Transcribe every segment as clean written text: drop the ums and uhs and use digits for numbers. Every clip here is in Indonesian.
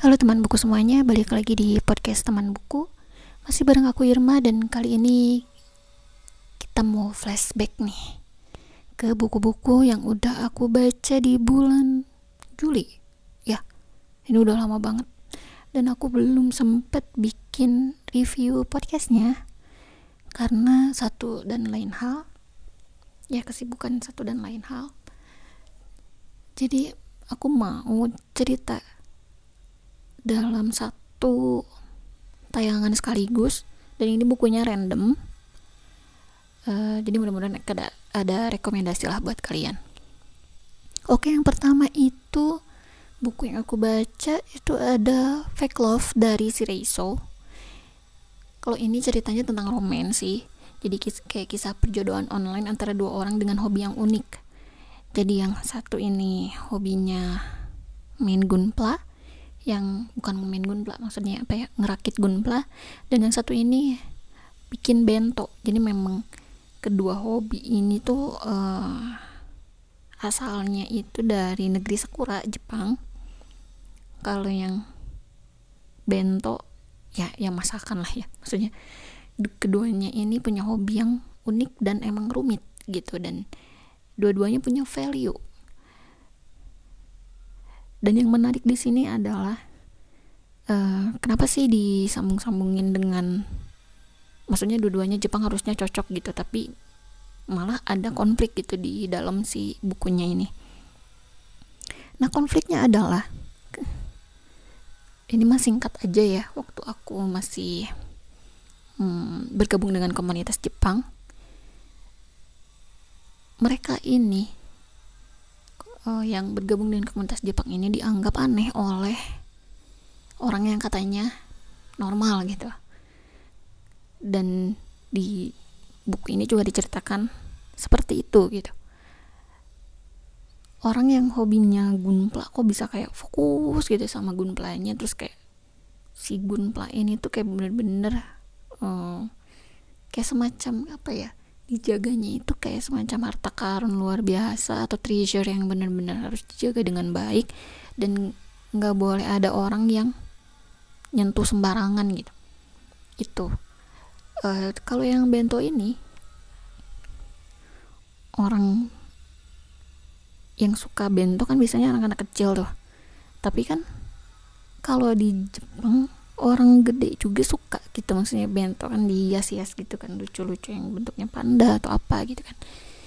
Halo teman buku semuanya, balik lagi di podcast teman buku. Masih bareng aku Irma, dan kali ini kita mau flashback nih ke buku-buku yang udah aku baca di bulan Juli. Ya, ini udah lama banget. Dan aku belum sempet bikin review podcastnya karena satu dan lain hal. Ya, kesibukan satu dan lain hal. Jadi aku mau cerita dalam satu tayangan sekaligus, dan ini bukunya random, jadi mudah-mudahan ada rekomendasi lah buat kalian. Oke, yang pertama itu buku yang aku baca itu ada Fake Love dari si Reiso. Kalau ini ceritanya tentang romance sih, jadi kayak kisah perjodohan online antara dua orang dengan hobi yang unik. Jadi yang satu ini hobinya main gunpla, yang bukan main gunpla, maksudnya apa ya, ngerakit gunpla. Dan yang satu ini bikin bento. Jadi memang kedua hobi ini tuh asalnya itu dari negeri Sakura, Jepang. Kalau yang bento ya masakan lah ya, maksudnya keduanya ini punya hobi yang unik dan emang rumit gitu, dan dua-duanya punya value. Dan yang menarik di sini adalah kenapa sih disambung-sambungin dengan, maksudnya dua-duanya Jepang harusnya cocok gitu, tapi malah ada konflik gitu di dalam si bukunya ini. Nah, konfliknya adalah, ini mah singkat aja ya, waktu aku masih bergabung dengan komunitas Jepang, mereka ini yang bergabung dengan komunitas Jepang ini dianggap aneh oleh orang yang katanya normal gitu. Dan di buku ini juga diceritakan seperti itu gitu. Orang yang hobinya gunpla kok bisa kayak fokus gitu sama gunplanya, terus kayak si gunpla ini tuh kayak bener-bener kayak semacam apa ya, dijaganya itu kayak semacam harta karun luar biasa atau treasure yang benar-benar harus dijaga dengan baik, dan nggak boleh ada orang yang nyentuh sembarangan gitu. Itu kalau yang bento ini, orang yang suka bento kan biasanya anak-anak kecil tuh, tapi kan kalau di Jepang orang gede juga suka gitu, maksudnya bento kan dihias-hias gitu kan, lucu-lucu yang bentuknya panda atau apa gitu kan.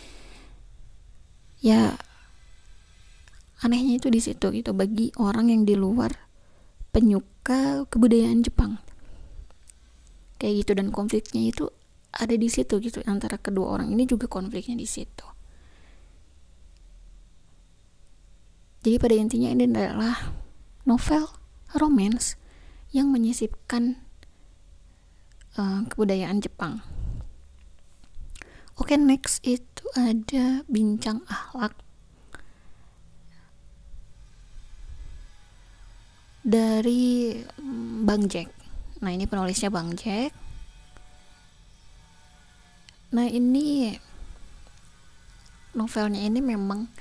Ya anehnya itu di situ gitu, bagi orang yang di luar penyuka kebudayaan Jepang kayak gitu. Dan konfliknya itu ada di situ gitu, antara kedua orang ini juga konfliknya di situ. Jadi pada intinya ini adalah novel romance yang menyisipkan kebudayaan Jepang. Oke, next itu ada Bincang Akhlak dari Bang Jack. Nah, ini penulisnya Bang Jack. Nah, ini novelnya ini memang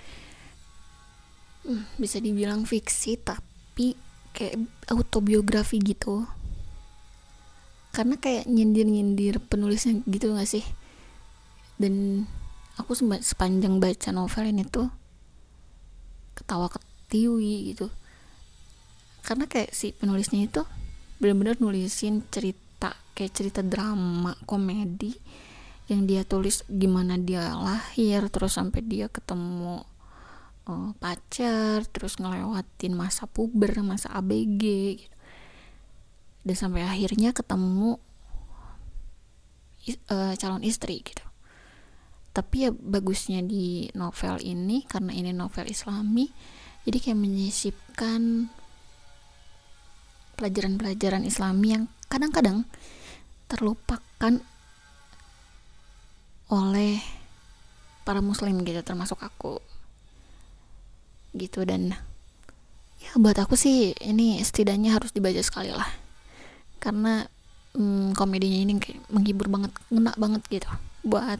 bisa dibilang fiksi, tapi kayak autobiografi gitu, karena kayak nyindir penulisnya gitu gak sih. Dan aku sepanjang baca novel ini tuh ketawa ketiwi gitu, karena kayak si penulisnya itu benar-benar nulisin cerita kayak cerita drama komedi yang dia tulis gimana dia lahir, terus sampai dia ketemu pacar, terus ngelewatin masa puber, masa ABG gitu, dan sampai akhirnya ketemu calon istri gitu. Tapi ya bagusnya di novel ini, karena ini novel Islami, jadi kayak menyisipkan pelajaran-pelajaran Islami yang kadang-kadang terlupakan oleh para muslim gitu, termasuk aku gitu. Dan ya buat aku sih ini setidaknya harus dibaca sekali lah, karena komedinya ini kayak menghibur banget, ngena banget gitu buat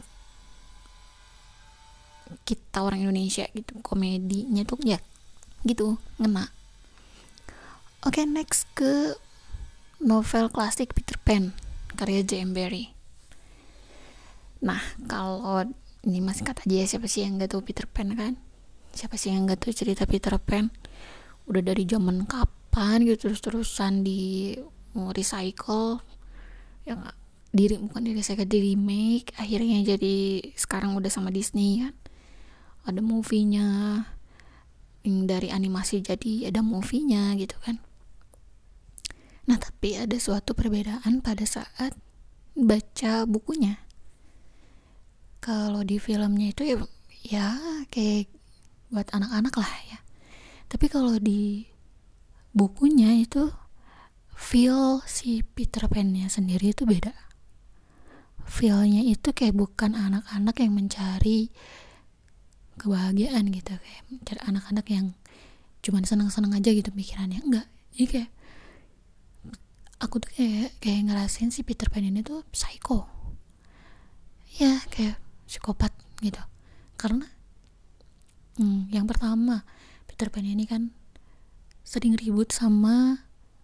kita orang Indonesia gitu. Komedinya tuh ya gitu ngena. Oke, next ke novel klasik Peter Pan karya J.M. Barrie. Nah, kalau ini masih kata aja, siapa sih yang gak tahu Peter Pan kan? Siapa sih yang gak tahu cerita Peter Pan? Udah dari zaman kapan gitu terus-terusan di recycle, yang bukan di recycle, di remake, akhirnya jadi sekarang udah sama Disney kan. Ada movie-nya, yang dari animasi jadi ada movie-nya gitu kan. Nah, tapi ada suatu perbedaan pada saat baca bukunya. Kalau di filmnya itu ya kayak buat anak-anak lah ya. Tapi kalau di bukunya itu feel si Peter Pan-nya sendiri itu beda. Feel-nya itu kayak bukan anak-anak yang mencari kebahagiaan gitu, kayak mencari anak-anak yang cuman senang-senang aja gitu pikirannya, enggak. Jadi kayak aku tuh kayak ngerasain si Peter Pan ini tuh psycho. Ya, kayak psikopat gitu. Karena yang pertama, Peter Pan ini kan sering ribut sama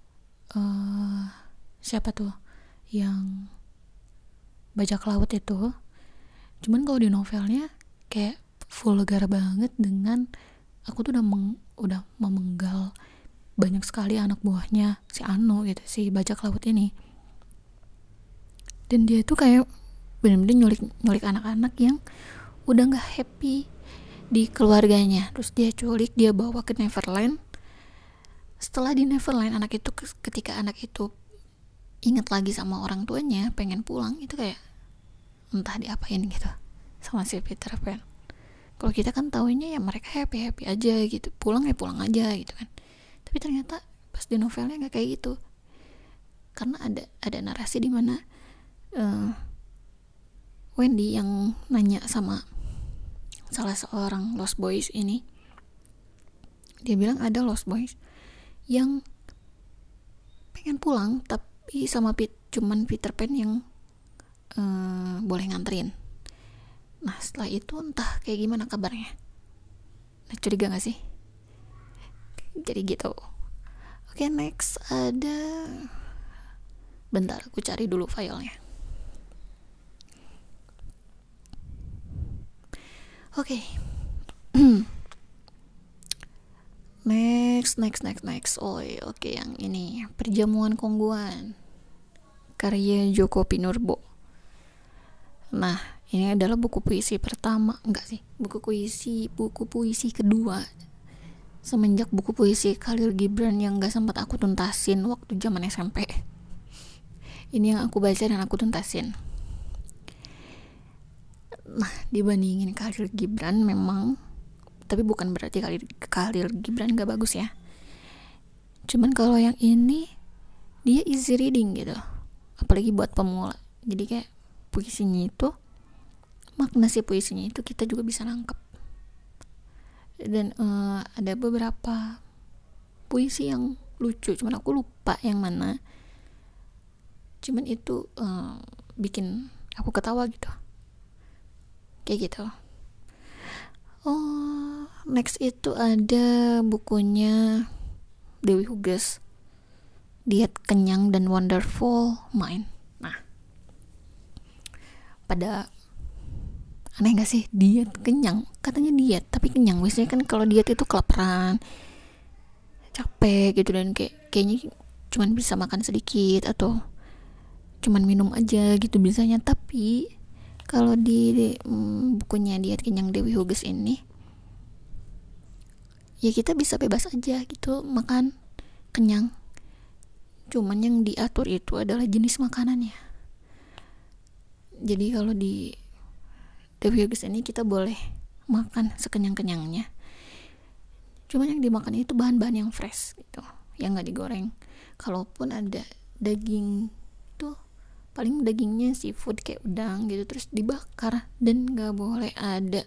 siapa tuh yang bajak laut itu. Cuman kalau di novelnya kayak vulgar banget dengan aku tuh udah memenggal banyak sekali anak buahnya si Ano gitu, si bajak laut ini. Dan dia tuh kayak bener-bener nyulik anak-anak yang udah nggak happy di keluarganya, terus dia culik, dia bawa ke Neverland. Setelah di Neverland, ketika anak itu inget lagi sama orang tuanya, pengen pulang, itu kayak entah diapain gitu sama si Peter Pan. Kalau kita kan taunya ya mereka happy aja gitu, pulang ya pulang aja gitu kan. Tapi ternyata pas di novelnya nggak kayak gitu, karena ada narasi di mana Wendy yang nanya sama salah seorang Lost Boys ini, dia bilang ada Lost Boys yang pengen pulang tapi sama cuman Peter Pan yang boleh nganterin. Nah, setelah itu entah kayak gimana kabarnya. Nah, curiga gak sih? Jadi gitu. Oke, next ada, bentar aku cari dulu filenya. Oke. Next. Oke, yang ini Perjamuan Kongguan karya Joko Pinurbo. Nah, ini adalah buku puisi pertama, buku puisi kedua semenjak buku puisi Khalil Gibran yang gak sempat aku tuntasin waktu zaman SMP. Ini yang aku baca dan aku tuntasin. Nah, dibandingin Khalil Gibran memang, tapi bukan berarti Khalil Gibran gak bagus ya. Cuman kalau yang ini dia easy reading gitu, apalagi buat pemula. Jadi kayak puisinya itu, makna si puisinya itu kita juga bisa nangkep. Dan ada beberapa puisi yang lucu, cuman aku lupa yang mana. Cuman itu bikin aku ketawa gitu, kayak gitu. Next itu ada bukunya Dewi Huges, Diet Kenyang dan Wonderful Mind. Nah, pada aneh gak sih diet kenyang? Katanya diet tapi kenyang. Biasanya kan kalau diet itu kelaparan, capek gitu, dan kayaknya cuman bisa makan sedikit atau cuman minum aja gitu biasanya. Tapi kalau di bukunya Diet Kenyang Dewi Huges ini, ya kita bisa bebas aja gitu makan kenyang. Cuman yang diatur itu adalah jenis makanannya. Jadi kalau di Dewi Huges ini kita boleh makan sekenyang-kenyangnya. Cuman yang dimakan itu bahan-bahan yang fresh gitu, yang gak digoreng. Kalaupun ada daging tuh paling dagingnya seafood kayak udang gitu, terus dibakar, dan gak boleh ada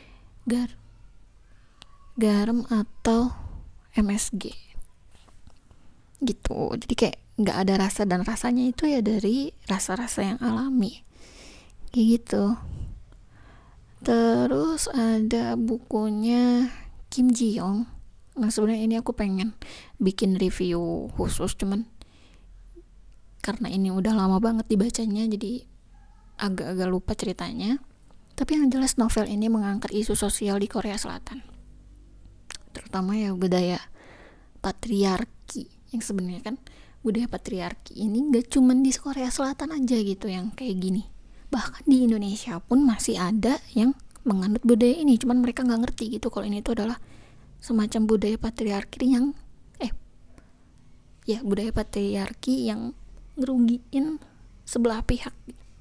garam atau MSG gitu. Jadi kayak gak ada rasa, dan rasanya itu ya dari rasa-rasa yang alami kayak gitu. Terus ada bukunya Kim Ji Young, Nah sebenarnya ini aku pengen bikin review khusus, cuman karena ini udah lama banget dibacanya jadi agak-agak lupa ceritanya. Tapi yang jelas novel ini mengangkat isu sosial di Korea Selatan, terutama ya budaya patriarki, yang sebenarnya kan budaya patriarki ini gak cuman di Korea Selatan aja gitu yang kayak gini, bahkan di Indonesia pun masih ada yang menganut budaya ini, cuman mereka gak ngerti gitu kalau ini tuh adalah semacam budaya patriarki yang budaya patriarki yang ngerugiin sebelah pihak.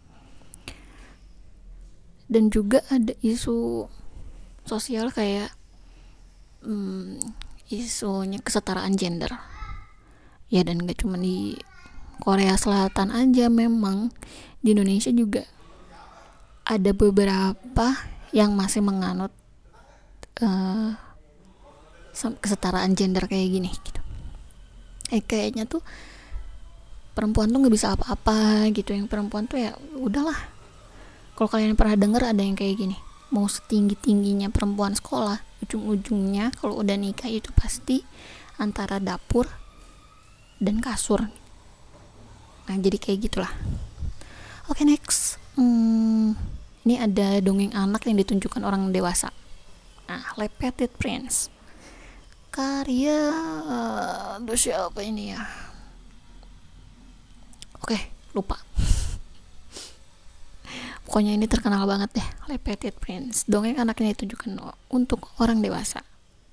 Dan juga ada isu sosial kayak isunya kesetaraan gender ya, dan gak cuma di Korea Selatan aja, memang di Indonesia juga ada beberapa yang masih menganut kesetaraan gender kayak gini gitu. Kayaknya tuh perempuan tuh nggak bisa apa-apa gitu, yang perempuan tuh ya udahlah. Kalau kalian pernah dengar ada yang kayak gini, mau setinggi-tingginya perempuan sekolah, ujung-ujungnya kalau udah nikah itu pasti antara dapur dan kasur. Nah jadi kayak gitulah. Oke, next. Ini ada dongeng anak yang ditunjukkan orang dewasa. Nah, Le Petit Prince, karya siapa ini ya? Oke, lupa. Pokoknya ini terkenal banget deh, Le Petit Prince. Dongeng anak ini ditujukan untuk orang dewasa.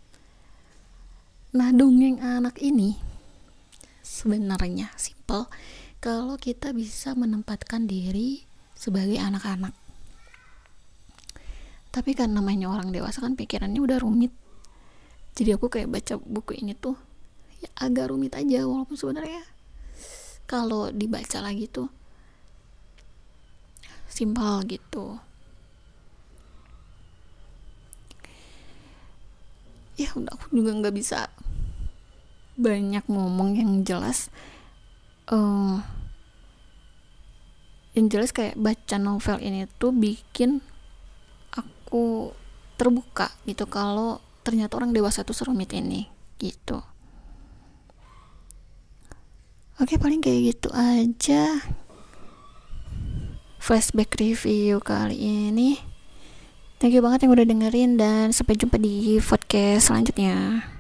Nah, dongeng anak ini sebenarnya simple kalau kita bisa menempatkan diri sebagai anak-anak. Tapi kan namanya orang dewasa kan pikirannya udah rumit. Jadi aku kayak baca buku ini tuh ya agak rumit aja, walaupun sebenarnya kalau dibaca lagi tuh simpel gitu. Ya udah, aku juga nggak bisa banyak ngomong yang jelas. Yang jelas kayak baca novel ini tuh bikin aku terbuka gitu kalau ternyata orang dewasa tuh serumit ini gitu. Oke, paling kayak gitu aja flashback review kali ini. Thank you banget yang udah dengerin, dan sampai jumpa di podcast selanjutnya.